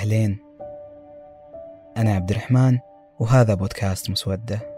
أهلين، أنا عبد الرحمن وهذا بودكاست مسودة.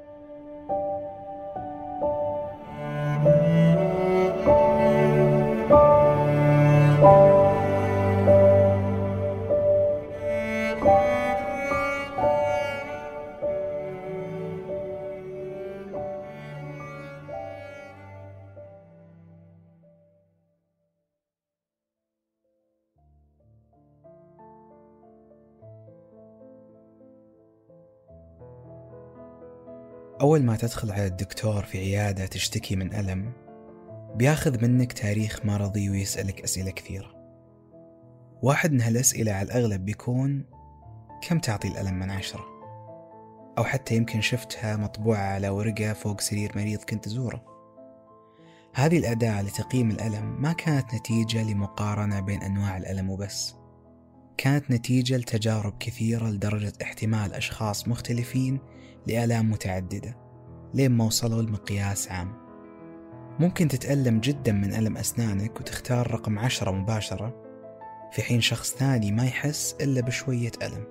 أول ما تدخل على الدكتور في عيادة تشتكي من ألم، بياخذ منك تاريخ مرضي ويسألك أسئلة كثيرة. واحد من هالأسئلة على الأغلب بيكون: كم تعطي الألم من 10؟ أو حتى يمكن شفتها مطبوعة على ورقة فوق سرير مريض كنت تزوره. هذه الأداة لتقييم الألم ما كانت نتيجة لمقارنة بين أنواع الألم وبس، كانت نتيجة لتجارب كثيرة لدرجة احتمال أشخاص مختلفين لآلام متعددة لين ما وصلوا لمقياس عام. ممكن تتألم جدا من ألم أسنانك وتختار رقم 10 مباشرة، في حين شخص ثاني ما يحس إلا بشوية ألم.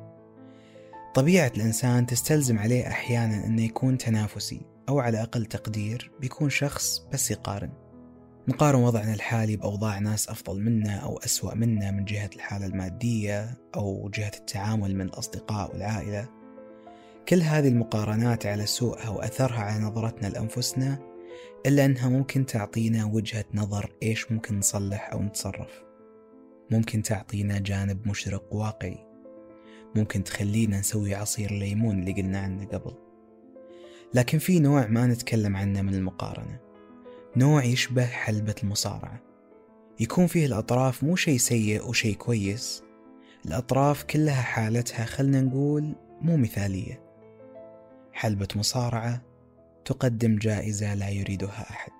طبيعة الإنسان تستلزم عليه أحيانا أنه يكون تنافسي، أو على أقل تقدير بيكون شخص بس يقارن. نقارن وضعنا الحالي بأوضاع ناس أفضل منا أو أسوأ منا من جهة الحالة المادية أو جهة التعامل من الأصدقاء والعائلة. كل هذه المقارنات على سوءها وأثرها على نظرتنا لأنفسنا، إلا أنها ممكن تعطينا وجهة نظر إيش ممكن نصلح أو نتصرف. ممكن تعطينا جانب مشرق واقعي، ممكن تخلينا نسوي عصير الليمون اللي قلنا عنه قبل. لكن في نوع ما نتكلم عنه من المقارنة، نوع يشبه حلبة المصارعة، يكون فيه الأطراف مو شيء سيء وشيء كويس، الأطراف كلها حالتها خلنا نقول مو مثالية. حلبة مصارعة تقدم جائزة لا يريدها أحد.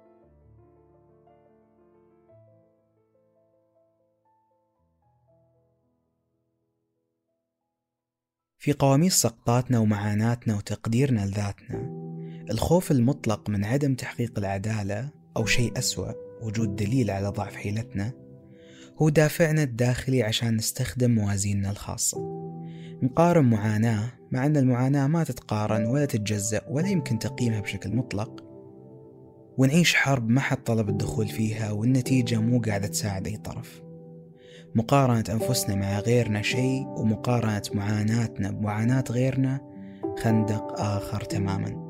في قواميس سقطاتنا ومعاناتنا وتقديرنا لذاتنا، الخوف المطلق من عدم تحقيق العدالة أو شيء أسوأ، وجود دليل على ضعف حيلتنا، هو دافعنا الداخلي عشان نستخدم موازيننا الخاصة. نقارن معاناة مع أن المعاناة ما تتقارن ولا تتجزأ ولا يمكن تقييمها بشكل مطلق، ونعيش حرب ما حد طلب الدخول فيها والنتيجة مو قاعدة تساعد أي طرف. مقارنة أنفسنا مع غيرنا شيء، ومقارنة معاناتنا بمعاناة غيرنا خندق آخر تماما.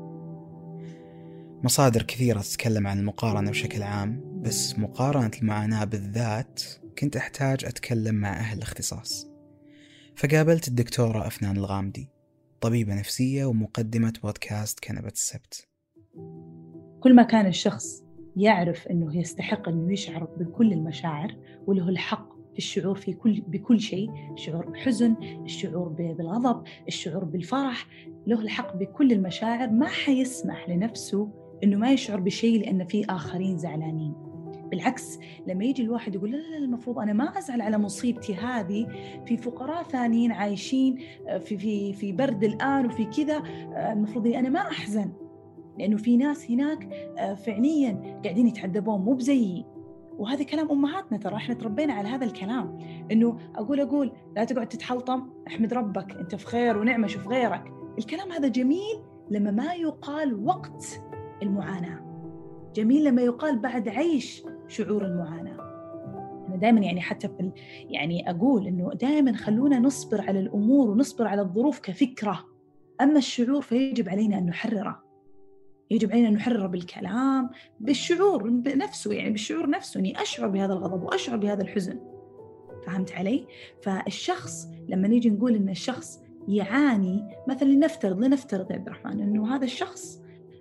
مصادر كثيرة تتكلم عن المقارنة بشكل عام، بس مقارنة المعاناة بالذات كنت أحتاج أتكلم مع أهل الاختصاص. فقابلت الدكتورة أفنان الغامدي، طبيبة نفسية ومقدمة بودكاست كنبة السبت. كل ما كان الشخص يعرف أنه يستحق أنه يشعر بكل المشاعر وله الحق في الشعور بكل شيء، الشعور بحزن، الشعور بالغضب، الشعور بالفرح، له الحق بكل المشاعر، ما حيسمح لنفسه أنه ما يشعر بشيء لأن في آخرين زعلانين. بالعكس، لما يجي الواحد يقول لا المفروض أنا ما أزعل على مصيبتي هذه، في فقراء ثانيين عايشين في برد الآن وفي كذا، المفروض أنا ما أحزن لأنه في ناس هناك فعليا قاعدين يتعذبون مو بزيي. وهذا كلام أمهاتنا، ترى إحنا تربينا على هذا الكلام، إنه أقول لا تقعد تتحلطم، احمد ربك أنت في خير ونعمة، شوف غيرك. الكلام هذا جميل لما ما يقال وقت المعاناة، جميل لما يقال بعد عيش شعور المعاناة. أنا دائما حتى أقول إنه دائما خلونا نصبر على الأمور ونصبر على الظروف كفكرة، أما الشعور فيجب علينا أن نحرره، يجب علينا أن نحرر بالكلام، بالشعور بنفسه، بالشعور نفسه، أني أشعر بهذا الغضب وأشعر بهذا الحزن. فهمت علي؟ فالشخص لما نيجي نقول إن الشخص يعاني، مثلا لنفترض يا عبد الرحمن إنه هذا الشخص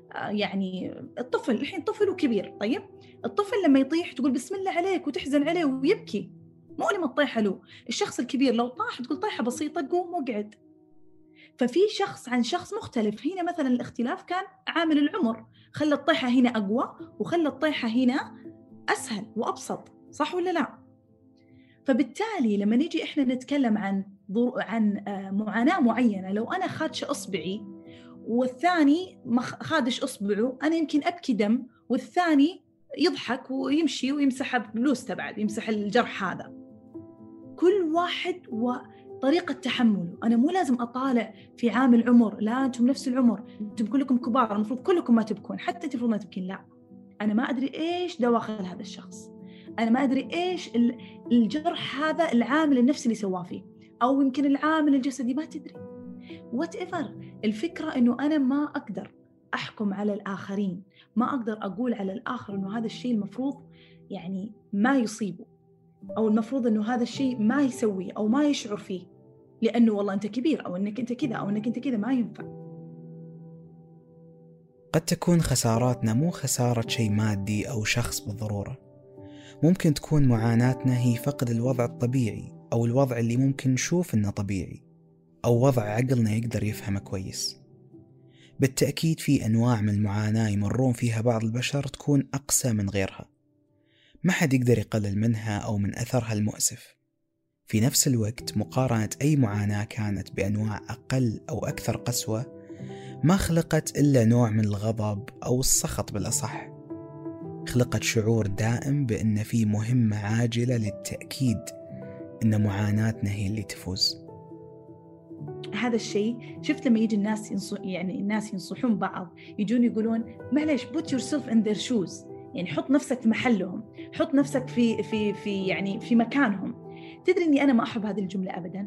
الطفل الحين طفل وكبير، طيب الطفل لما يطيح تقول بسم الله عليك وتحزن عليه ويبكي، مو لما تطيح له. الشخص الكبير لو طاح تقول طيحة بسيطة قوم وقعد. ففي شخص عن شخص مختلف. هنا مثلا الاختلاف كان عامل العمر، خلى الطيحة هنا أقوى وخلى الطيحة هنا أسهل وأبسط، صح ولا لا؟ فبالتالي لما نيجي إحنا نتكلم عن معاناة معينة، لو أنا خادش أصبعي والثاني ما خادش أصبعه، أنا يمكن أبكي دم والثاني يضحك ويمشي ويمسح بلوسته، بعد يمسح الجرح هذا. كل واحد وطريقة تحمله. أنا مو لازم أطالع في عامل عمر، لا أنتم نفس العمر، أنتم كلكم كبار، المفروض كلكم ما تبكون، حتى أنت المفروض ما تبكين. لا، أنا ما أدري إيش دواخل هذا الشخص، أنا ما أدري إيش الجرح هذا العامل النفسي اللي سواه فيه، أو يمكن العامل الجسدي، ما تدري whatever. الفكرة إنه أنا ما أقدر أحكم على الآخرين، ما أقدر أقول على الآخر إنه هذا الشيء المفروض يعني ما يصيبه، أو المفروض إنه هذا الشيء ما يسويه أو ما يشعر فيه، لأنه والله أنت كبير، أو إنك أنت كذا، أو إنك أنت كذا، ما ينفع. قد تكون خساراتنا مو خسارة شيء مادي أو شخص بالضرورة، ممكن تكون معاناتنا هي فقد الوضع الطبيعي، أو الوضع اللي ممكن نشوف إنه طبيعي، أو وضع عقلنا يقدر يفهمه كويس. بالتأكيد في أنواع من المعاناة يمرون فيها بعض البشر تكون أقسى من غيرها، ما حد يقدر يقلل منها أو من أثرها المؤسف. في نفس الوقت مقارنة أي معاناة كانت بأنواع أقل أو أكثر قسوة ما خلقت إلا نوع من الغضب أو السخط بالأصح، خلقت شعور دائم بأن في مهمة عاجلة للتأكيد أن معاناتنا هي اللي تفوز. هذا الشيء شفت لما يجي الناس الناس ينصحون بعض، يجون يقولون معليش put yourself in their shoes، يعني حط نفسك في محلهم، حط نفسك في يعني في مكانهم. تدري إني أنا ما أحب هذه الجملة أبدا،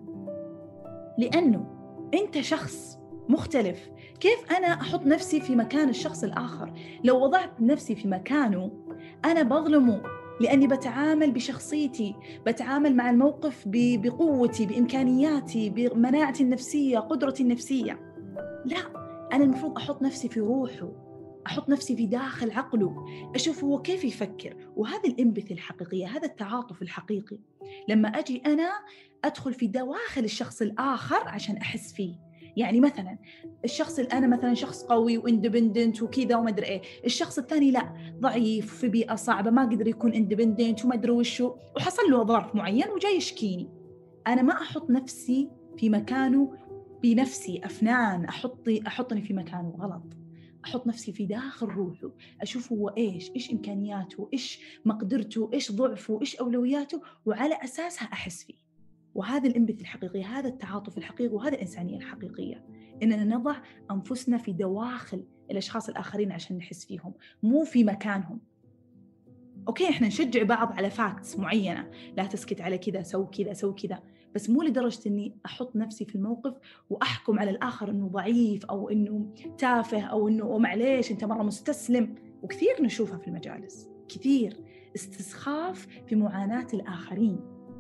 لأنه أنت شخص مختلف. كيف أنا أحط نفسي في مكان الشخص الآخر؟ لو وضعت نفسي في مكانه أنا بظلمه، لأني بتعامل بشخصيتي، بتعامل مع الموقف بقوتي، بإمكانياتي، بمناعتي النفسية، قدرتي النفسية. لا، أنا المفروض أحط نفسي في روحه، أحط نفسي في داخل عقله، أشوف هو كيف يفكر. وهذا الإمباثي الحقيقية، هذا التعاطف الحقيقي، لما أجي أنا أدخل في دواخل الشخص الآخر عشان أحس فيه. يعني مثلا الشخص اللي أنا مثلا شخص قوي واندبندنت وكذا وما أدري إيه، الشخص الثاني لا، ضعيف في بيئة صعبة، ما قدر يكون اندبندنت وما أدري وشو، وحصل له ظرف معين وجاي يشكيني. أنا ما أحط نفسي في مكانه بنفسي، أفنان أحطني في مكانه، غلط. أحط نفسي في داخل روحه، أشوف هو إيش إمكانياته، إيش مقدرته، إيش ضعفه، إيش أولوياته، وعلى أساسها أحس فيه. وهذا الإمباثي الحقيقي، هذا التعاطف الحقيقي، وهذا الإنسانية الحقيقية، إننا نضع أنفسنا في دواخل الأشخاص الآخرين عشان نحس فيهم، مو في مكانهم. أوكي، إحنا نشجع بعض على فاكتس معينة، لا تسكت على كذا، سو كذا، سو كذا، بس مو لدرجة إني أحط نفسي في الموقف وأحكم على الآخر إنه ضعيف أو إنه تافه أو إنه معليش أنت مرة مستسلم. وكثير نشوفها في المجالس، كثير استسخاف في معاناة الآخرين،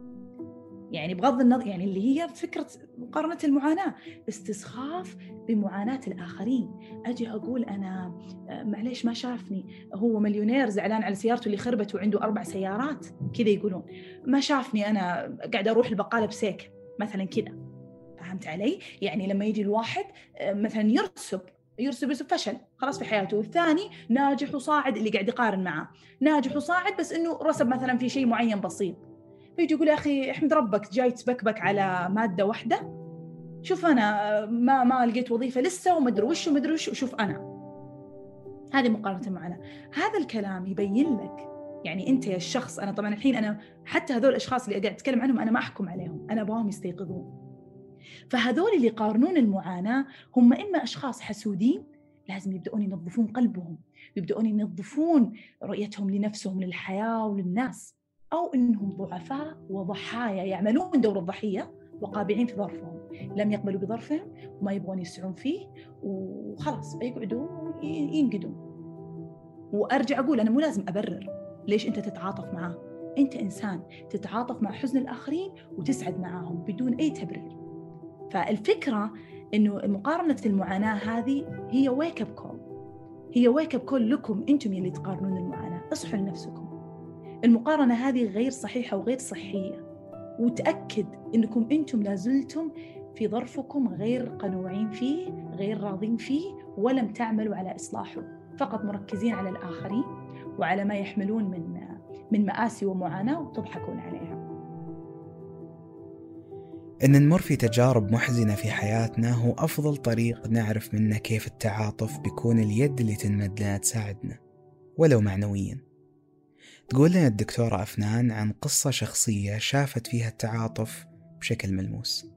يعني بغض النظر، يعني اللي هي فكرة مقارنة المعاناة، استسخاف بمعاناة الآخرين. أجي أقول أنا معليش ما شافني، هو مليونير زعلان على سيارته اللي خربت وعنده 4 سيارات، كذا يقولون ما شافني أنا قاعدة أروح البقالة بسيك مثلا كذا. فهمت علي؟ يعني لما يجي الواحد مثلا يرسب فشل خلاص في حياته، والثاني ناجح وصاعد، اللي قاعد يقارن معه ناجح وصاعد بس إنه رسب مثلا في شيء معين بسيط، فيجي يقول يا أخي احمد ربك جاي تبكبك على مادة واحدة، شوف أنا ما لقيت وظيفة لسه وما أدري وش، شوف أنا. هذه مقارنة معنا. هذا الكلام يبين لك يعني أنت يا الشخص، أنا طبعا الحين أنا حتى هذول الأشخاص اللي قاعد أتكلم عنهم أنا ما أحكم عليهم، أنا أبغاهم يستيقظون. فهذول اللي يقارنون المعاناة هم إما أشخاص حسودين، لازم يبدأون ينظفون قلبهم، يبدأون ينظفون رؤيتهم لنفسهم للحياة وللناس، أو إنهم ضعفاء وضحايا يعملون دور الضحية وقابعين في ظرفهم، لم يقبلوا بظرفهم وما يبغون يسعون فيه وخلاص يقعدوا ينقدون. وأرجع أقول أنا مو لازم أبرر ليش أنت تتعاطف معه، أنت إنسان تتعاطف مع حزن الآخرين وتسعد معهم بدون أي تبرير. فالفكرة إنه مقارنة المعاناة هذه هي wake up call، هي wake up call لكم أنتم اللي تقارنون المعاناة. اصحوا لنفسكم، المقارنة هذه غير صحيحة وغير صحية، وتأكد إنكم أنتم لازلتم في ظرفكم غير قنوعين فيه، غير راضين فيه، ولم تعملوا على إصلاحه، فقط مركزين على الآخرين وعلى ما يحملون من مآسي ومعاناة وتضحكون عليها. إن نمر في تجارب محزنة في حياتنا هو أفضل طريق نعرف منه كيف التعاطف بيكون اليد اللي تنمد لنا تساعدنا ولو معنويا. تقول لنا الدكتورة أفنان عن قصة شخصية شافت فيها التعاطف بشكل ملموس.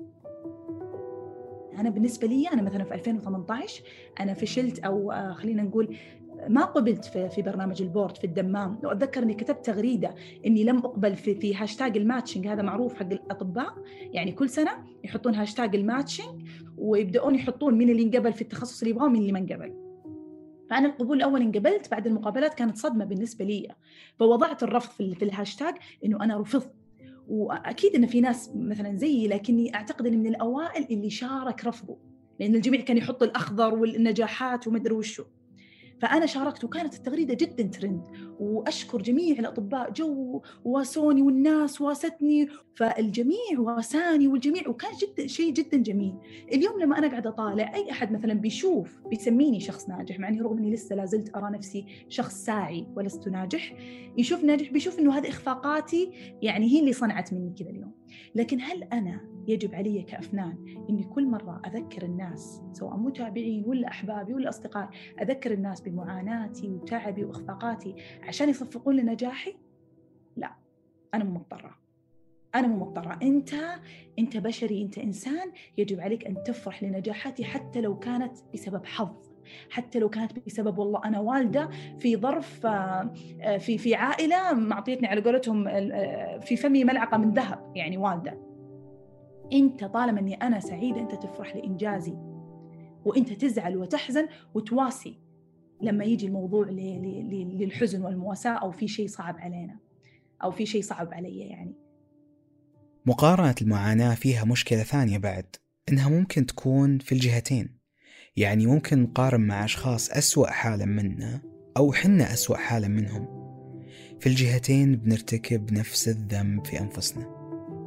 أنا بالنسبة لي أنا مثلا في 2018 أنا فشلت أو خلينا نقول ما قبلت في برنامج البورد في الدمام، وأتذكر أني كتبت تغريدة أني لم أقبل في هاشتاج الماتشنج، هذا معروف حق الأطباء، يعني كل سنة يحطون هاشتاج الماتشنج ويبدأون يحطون مين اللي انقبل في التخصص اللي يبغاه ومين اللي ما انقبل. فأنا القبول الأول انقبلت، بعد المقابلات كانت صدمة بالنسبة لي، فوضعت الرفض في الهاشتاج إنه أنا رفضت. وأكيد إن في ناس مثلا زيي، لكني أعتقد إني من الأوائل اللي شارك رفضه، لأن الجميع كان يحط الأخضر والنجاحات ومدري وشو. فأنا شاركت وكانت التغريدة جدا ترند، وأشكر جميع الأطباء جو واسوني والناس واستني، فالجميع واساني والجميع، وكان جدا شيء جدا جميل. اليوم لما أنا قاعدة أطالع أي أحد مثلا بيسميني شخص ناجح، مع أني رغم أني لسه لازلت أرى نفسي شخص ساعي ولست ناجح، يشوف ناجح بيشوف أنه هذه إخفاقاتي يعني هي اللي صنعت مني كذا اليوم. لكن هل أنا يجب علي كأفنان إني كل مرة أذكر الناس سواء متابعين ولا أحبابي ولا أصدقائي، أذكر الناس بمعاناتي وتعبي وإخفاقاتي عشان يصفقون لنجاحي؟ لا، أنا مو مضطرة. أنت بشري، أنت إنسان، يجب عليك أن تفرح لنجاحاتي حتى لو كانت بسبب حظ، حتى لو كانت بسبب والله أنا والدة في ظرف في عائلة معطيتني على قولتهم في فمي ملعقة من ذهب، يعني والدة. أنت طالما أني أنا سعيدة أنت تفرح لإنجازي، وأنت تزعل وتحزن وتواسي لما يجي الموضوع للحزن والمواساة أو في شيء صعب علينا أو في شيء صعب علي. يعني مقارنة المعاناة فيها مشكلة ثانية بعد، إنها ممكن تكون في الجهتين. يعني ممكن نقارن مع أشخاص أسوأ حالا منا أو حنا أسوأ حالا منهم، في الجهتين بنرتكب نفس الذنب في أنفسنا.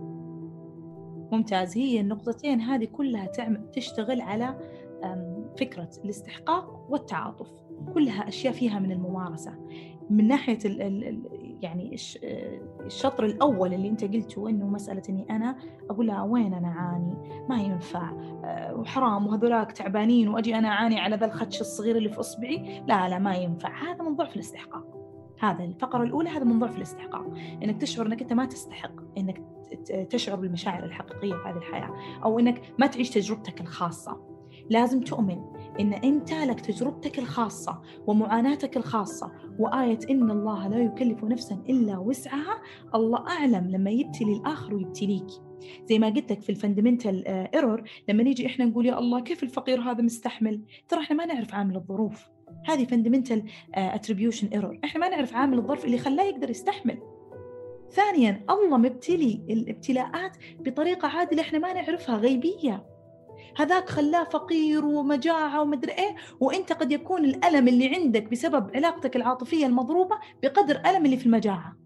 ممتاز. هي النقطتين هذه كلها تشتغل على فكرة الاستحقاق والتعاطف، كلها أشياء فيها من الممارسة. من ناحية يعني الشطر الأول اللي أنت قلته إنه مسألة إني أنا أقول لها وين أنا أعاني، ما ينفع وحرام وهذولاك تعبانين وأجي أنا أعاني على ذا الخدش الصغير اللي في أصبعي، لا ما ينفع. هذا من ضعف الاستحقاق. هذا الفقرة الأولى، هذا من ضعف الاستحقاق، إنك تشعر إنك أنت ما تستحق إنك تشعر بالمشاعر الحقيقية في هذه الحياة، أو إنك ما تعيش تجربتك الخاصة. لازم تؤمن إن أنت لك تجربتك الخاصة ومعاناتك الخاصة، وآية إن الله لا يكلف نفسا إلا وسعها. الله أعلم لما يبتلي الآخر ويبتليك. زي ما قلت لك في الفندمنتال ايرور، لما نيجي إحنا نقول يا الله كيف الفقير هذا مستحمل، ترى إحنا ما نعرف عامل الظروف. هذه فندمنتال اتريبيوشن ايرور، إحنا ما نعرف عامل الظرف اللي خلاه يقدر يستحمل. ثانيا، الله مبتلي الابتلاءات بطريقة عادلة إحنا ما نعرفها، غيبية. هذاك خلاه فقير ومجاعة ومدري إيه، وإنت قد يكون الألم اللي عندك بسبب علاقتك العاطفية المضروبة بقدر ألم اللي في المجاعة.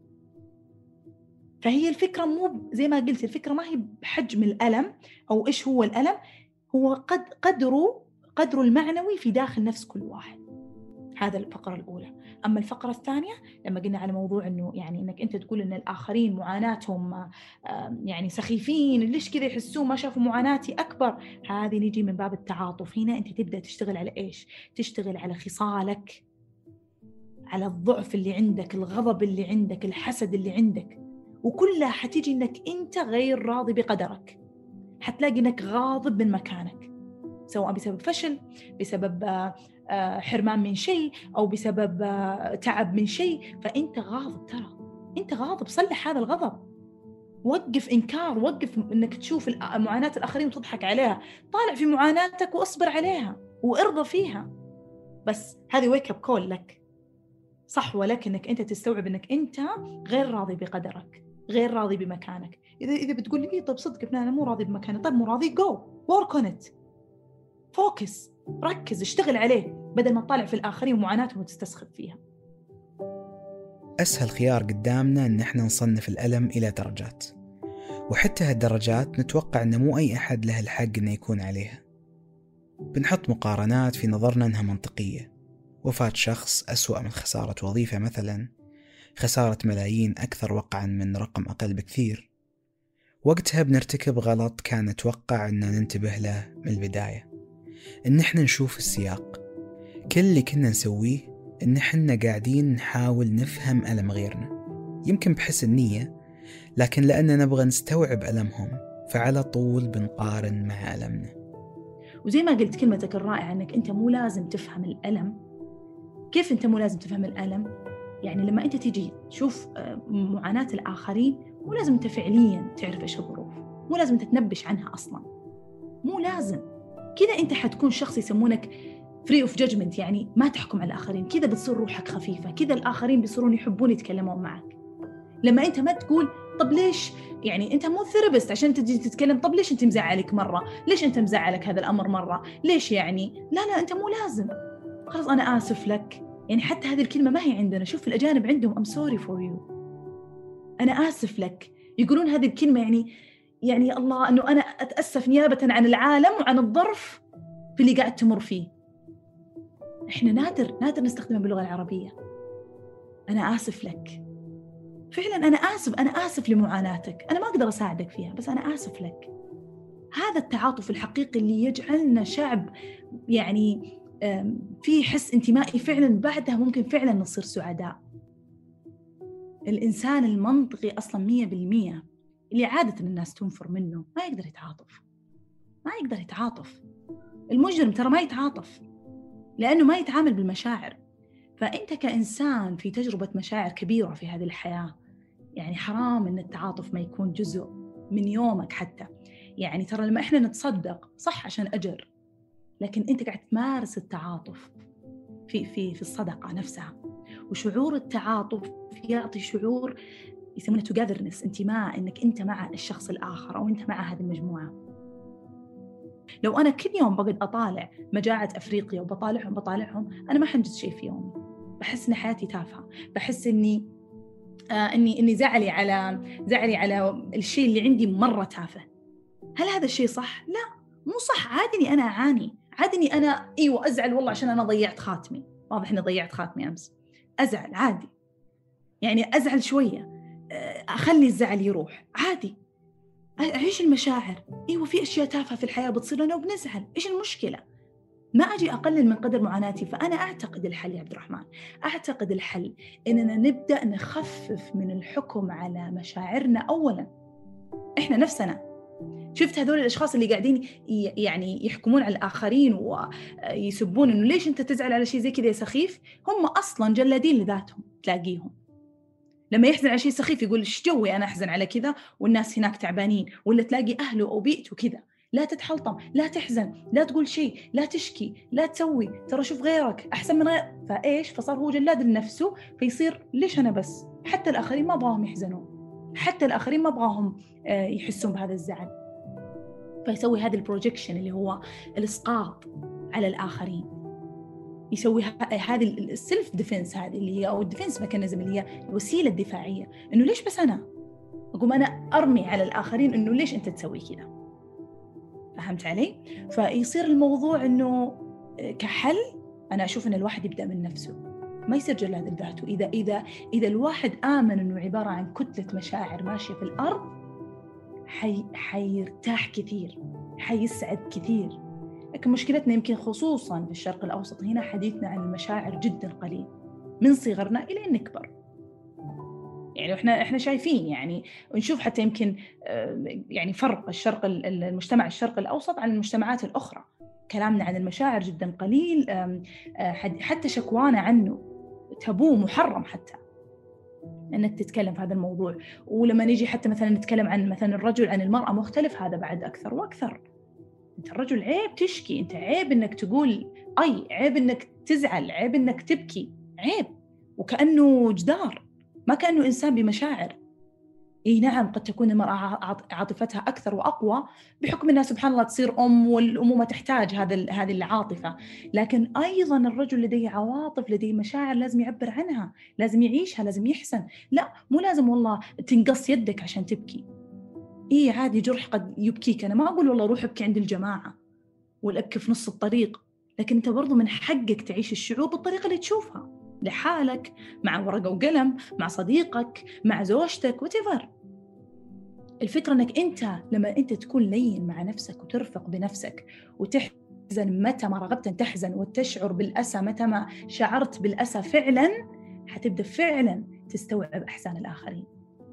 فهي الفكرة مو زي ما قلت، الفكرة ما هي بحجم الألم أو إيش هو الألم، هو قدره المعنوي في داخل نفس كل واحد. هذا الفقرة الأولى. أما الفقرة الثانية لما قلنا على موضوع إنه يعني إنك أنت تقول إن الآخرين معاناتهم يعني سخيفين، ليش كذا يحسون ما شافوا معاناتي أكبر، هذه نيجي من باب التعاطف. هنا أنت تبدأ تشتغل على إيش؟ تشتغل على خصالك، على الضعف اللي عندك، الغضب اللي عندك، الحسد اللي عندك، وكلها حتيجي إنك أنت غير راضي بقدرك. حتلاقي إنك غاضب من مكانك، سواء بسبب فشل، بسبب حرمان من شيء، أو بسبب تعب من شيء. فأنت غاضب، ترى أنت غاضب. صلح هذا الغضب، وقف إنكار، وقف إنك تشوف معاناة الآخرين وتضحك عليها. طالع في معاناتك وأصبر عليها وارضى فيها. بس هذه ويك اب كول لك، صحوة لك إنك أنت تستوعب إنك أنت غير راضي بقدرك، غير راضي بمكانك. إذا بتقول لي طب صدق أنا مو راضي بمكاني، طب مو راضي، go work on it، فوكس، ركز، اشتغل عليه بدل ما تطالع في الآخرين ومعاناتهم وتستسخف فيها. أسهل خيار قدامنا إن إحنا نصنف الألم إلى درجات، وحتى هالدرجات نتوقع إن مو أي أحد له الحق إنه يكون عليها. بنحط مقارنات في نظرنا إنها منطقية، وفاة شخص أسوأ من خسارة وظيفة مثلا، خسارة ملايين أكثر وقعا من رقم أقل بكثير. وقتها بنرتكب غلط كان نتوقع إن ننتبه له من البداية، إن إحنا نشوف السياق. كل اللي كنا نسويه إن حنا قاعدين نحاول نفهم ألم غيرنا، يمكن بحسن نية، لكن لأننا نبغى نستوعب ألمهم فعلى طول بنقارن مع ألمنا. وزي ما قلت كلمتك الرائعة أنك أنت مو لازم تفهم الألم. كيف أنت مو لازم تفهم الألم؟ يعني لما أنت تيجي تشوف معاناة الآخرين مو لازم أنت فعلياً تعرف إيش الظروف، مو لازم تتنبش عنها أصلاً، مو لازم. كذا أنت حتكون شخص يسمونك free of judgment، يعني ما تحكم على الآخرين، كذا بتصير روحك خفيفة، كذا الآخرين بيصيرون يحبون يتكلمون معك. لما أنت ما تقول طب ليش، يعني أنت مو ثيرابيست عشان تجي تتكلم طب ليش أنت مزعلك مرة، ليش أنت مزعلك هذا الأمر مرة، ليش يعني، لا أنت مو لازم. خلاص أنا آسف لك، يعني حتى هذه الكلمة ما هي عندنا، شوف الأجانب عندهم I'm sorry for you، أنا آسف لك، يقولون هذه الكلمة يعني الله أنه أنا أتأسف نيابة عن العالم وعن الظرف في اللي قاعد تمر فيه. إحنا نادر نستخدمها باللغة العربية. أنا آسف لك، فعلا أنا آسف لمعاناتك، أنا ما أقدر أساعدك فيها بس أنا آسف لك. هذا التعاطف الحقيقي اللي يجعلنا شعب يعني في حس انتمائي فعلا، بعدها ممكن فعلا نصير سعداء. الإنسان المنطقي أصلا 100% اللي عادة الناس تنفر منه ما يقدر يتعاطف. المجرم ترى ما يتعاطف لأنه ما يتعامل بالمشاعر. فأنت كإنسان في تجربة مشاعر كبيرة في هذه الحياة، يعني حرام إن التعاطف ما يكون جزء من يومك حتى. يعني ترى لما إحنا نتصدق صح عشان أجر، لكن أنت قاعد تمارس التعاطف في الصدقة نفسها. وشعور التعاطف يعطي شعور يسمونه togetherness، انتماء، إنك أنت مع الشخص الآخر أو أنت مع هذه المجموعة. لو أنا كل يوم بقعد أطالع مجاعة أفريقيا وبطالعهم أنا ما حنجز شيء في يومي، بحس إن حياتي تافهة، بحس إني زعلي على الشيء اللي عندي مرة تافه. هل هذا الشيء صح؟ لا مو صح. عادي إني أنا أعاني، عادي إني أنا أزعل والله عشان أنا ضيعت خاتمي، واضح إني ضيعت خاتمي أمس، أزعل عادي، يعني أزعل شوية، أخلي الزعل يروح عادي، أعيش المشاعر. في أشياء تافهة في الحياة بتصير لنا وبنزعل، إيش المشكلة؟ ما أجي أقلل من قدر معاناتي. فأنا أعتقد الحل يا عبد الرحمن، أعتقد الحل إننا نبدأ نخفف من الحكم على مشاعرنا أولا. إحنا نفسنا، شفت هذول الأشخاص اللي قاعدين يعني يحكمون على الآخرين ويسبون إنه ليش أنت تزعل على شيء زي كذا يا سخيف، هم أصلاً جلادين لذاتهم. تلاقيهم لما يحزن على شيء سخيف يقول إيش جوي أنا أحزن على كذا والناس هناك تعبانين، ولا تلاقي أهله أو بيئته كذا. لا تتحلطم، لا تحزن، لا تقول شيء، لا تشكي، لا تسوي، ترى شوف غيرك أحسن من غير. فإيش؟ فصار هو جلاد لنفسه، فيصير ليش أنا بس؟ حتى الآخرين ما أبغاهم يحزنون، حتى الآخرين ما أبغاهم يحسون بهذا الزعل. فيسوي هذا البروجيكشن اللي هو الإسقاط على الآخرين، يسوي هذه السيلف ديفنس، هذه اللي هي أو الديفنس ميكانيزم اللي هي الوسيلة الدفاعية، إنه ليش بس أنا أقوم أنا أرمي على الآخرين إنه ليش أنت تسوي كذا. فهمت علي؟ فيصير الموضوع إنه كحل أنا أشوف إن الواحد يبدأ من نفسه، ما يصير جلاد لذاته. إذا الواحد آمن إنه عبارة عن كتلة مشاعر ماشية في الأرض حيرتاح كثير، حيسعد كثير. لكن مشكلتنا يمكن خصوصاً في الشرق الأوسط هنا حديثنا عن المشاعر جداً قليل من صغرنا إلى أن نكبر. يعني إحنا شايفين يعني ونشوف حتى يمكن يعني فرق المجتمع الشرق الأوسط عن المجتمعات الأخرى. كلامنا عن المشاعر جداً قليل، حتى شكوانا عنه تابو، محرم حتى أنك تتكلم في هذا الموضوع. ولما نيجي حتى مثلاً نتكلم عن مثلاً الرجل عن المرأة مختلف، هذا بعد أكثر وأكثر. أنت الرجل عيب تشكي، أنت عيب إنك تقول عيب إنك تزعل، عيب إنك تبكي، عيب، وكأنه جدار، ما كأنه إنسان بمشاعر. نعم قد تكون المرأة عاطفتها أكثر وأقوى بحكم أنها سبحان الله تصير أم، والأمومة تحتاج هذه العاطفة، لكن أيضا الرجل لديه عواطف، لديه مشاعر لازم يعبر عنها، لازم يعيشها، لازم يحسن. لا مو لازم والله تنقص يدك عشان تبكي. عادي جرح قد يبكيك. أنا ما أقول والله روح ابكي عند الجماعة والأبكي في نص الطريق، لكن أنت برضو من حقك تعيش الشعور بالطريقة اللي تشوفها لحالك، مع ورقة وقلم، مع صديقك، مع زوجتك، whatever. الفكرة أنك أنت لما أنت تكون لين مع نفسك وترفق بنفسك متى ما رغبت أن تحزن وتشعر بالأسى، متى ما شعرت بالأسى فعلا حتبدأ فعلا تستوعب أحزان الآخرين.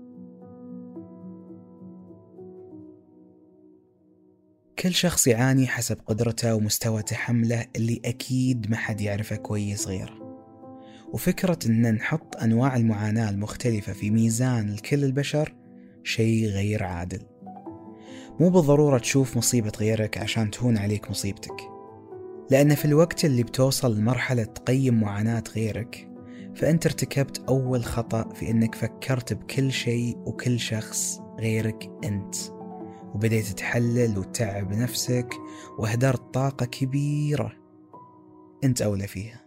كل شخص يعاني حسب قدرته ومستوى تحمله اللي أكيد ما حد يعرفه كويس غيره. وفكرة أن نحط أنواع المعاناة المختلفة في ميزان لكل البشر شيء غير عادل. مو بالضرورة تشوف مصيبة غيرك عشان تهون عليك مصيبتك، لأن في الوقت اللي بتوصل لمرحلة تقيم معاناة غيرك فأنت ارتكبت أول خطأ في أنك فكرت بكل شيء وكل شخص غيرك أنت، وبدأت تحلل وتتعب نفسك وأهدرت طاقة كبيرة أنت أولى فيها.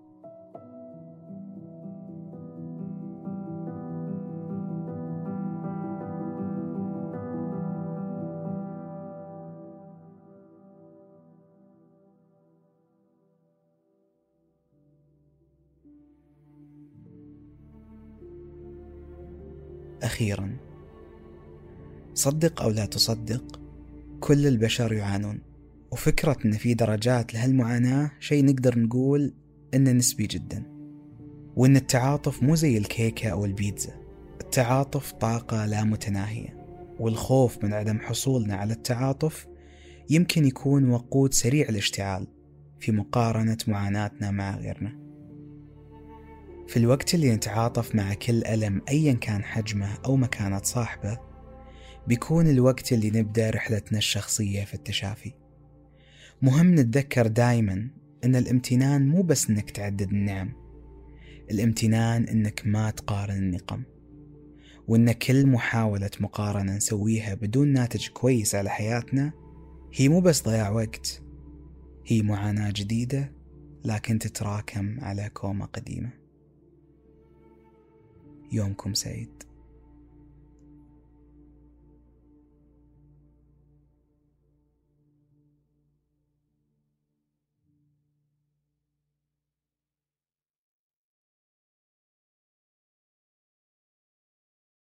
أخيراً، صدق أو لا تصدق، كل البشر يعانون، وفكرة أن في درجات لهالمعاناة شيء نقدر نقول أنه نسبي جدا، وأن التعاطف مو زي الكيكة أو البيتزا. التعاطف طاقة لا متناهية، والخوف من عدم حصولنا على التعاطف يمكن يكون وقود سريع الاشتعال في مقارنة معاناتنا مع غيرنا. في الوقت اللي نتعاطف مع كل ألم أيا كان حجمه أو مكانة صاحبه، بيكون الوقت اللي نبدأ رحلتنا الشخصية في التشافي. مهم نتذكر دايما أن الامتنان مو بس أنك تعدد النعم، الامتنان أنك ما تقارن النقم، وأن كل محاولة مقارنة نسويها بدون ناتج كويس على حياتنا هي مو بس ضياع وقت، هي معاناة جديدة لكن تتراكم على كومة قديمة. يومكم سعيد.